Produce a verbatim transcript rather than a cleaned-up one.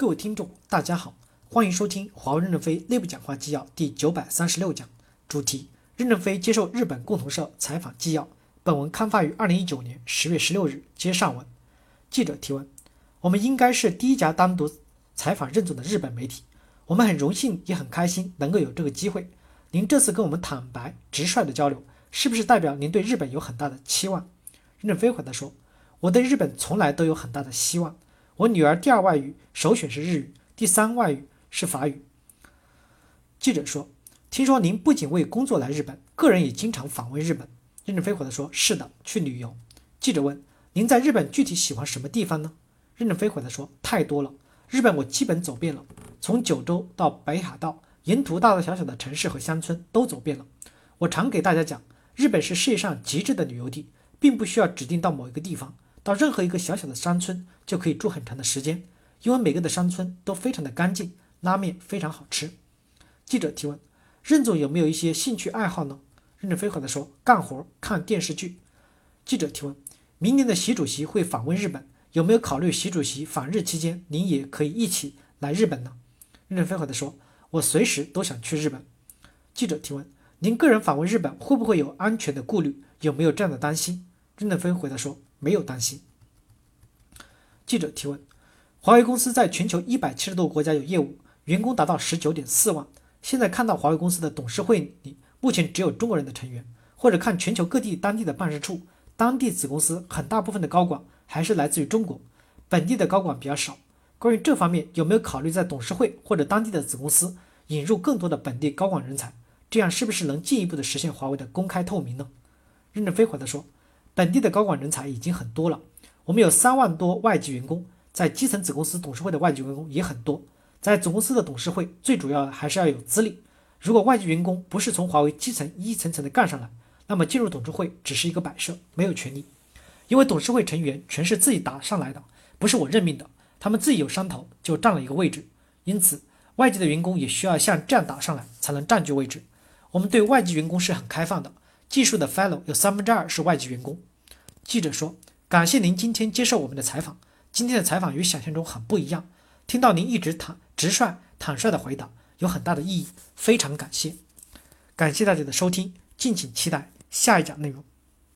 各位听众，大家好，欢迎收听华为任正非内部讲话纪要第九百三十六讲，主题：任正非接受日本共同社采访纪要。本文刊发于二零一九年十月十六日，接上文。记者提问：我们应该是第一家单独采访任总的日本媒体，我们很荣幸也很开心能够有这个机会。您这次跟我们坦白直率的交流，是不是代表您对日本有很大的期望？任正非回答说：我对日本从来都有很大的希望。我女儿第二外语首选是日语，第三外语是法语。记者说：听说您不仅为工作来日本，个人也经常访问日本。任正非回答说：是的，去旅游。记者问：您在日本具体喜欢什么地方呢？任正非回答说：太多了，日本我基本走遍了，从九州到北海道，沿途大大小小的城市和乡村都走遍了。我常给大家讲，日本是世界上极致的旅游地，并不需要指定到某一个地方，到任何一个小小的山村就可以住很长的时间，因为每个的山村都非常的干净，拉面非常好吃。记者提问：任总有没有一些兴趣爱好呢？任正非回答说：干活，看电视剧。记者提问：明年的习主席会访问日本，有没有考虑习主席访日期间您也可以一起来日本呢？任正非回答说：我随时都想去日本。记者提问：您个人访问日本会不会有安全的顾虑，有没有这样的担心？任正非回答说：没有担心。记者提问：华为公司在全球一百七十多个国家有业务，员工达到 十九点四万，现在看到华为公司的董事会里目前只有中国人的成员，或者看全球各地当地的办事处，当地子公司很大部分的高管还是来自于中国，本地的高管比较少。关于这方面有没有考虑在董事会或者当地的子公司引入更多的本地高管人才，这样是不是能进一步的实现华为的公开透明呢？任正非回答说：本地的高管人才已经很多了，我们有三万多外籍员工，在基层子公司董事会的外籍员工也很多，在总公司的董事会最主要还是要有资历，如果外籍员工不是从华为基层一层层的干上来，那么进入董事会只是一个摆设，没有权利。因为董事会成员全是自己打上来的，不是我任命的，他们自己有山头就占了一个位置，因此外籍的员工也需要像这样打上来才能占据位置。我们对外籍员工是很开放的，技术的 fellow 有三分之二是外籍员工。记者说：感谢您今天接受我们的采访，今天的采访与想象中很不一样，听到您一直坦直率坦率的回答，有很大的意义，非常感谢。感谢大家的收听，敬请期待下一讲内容。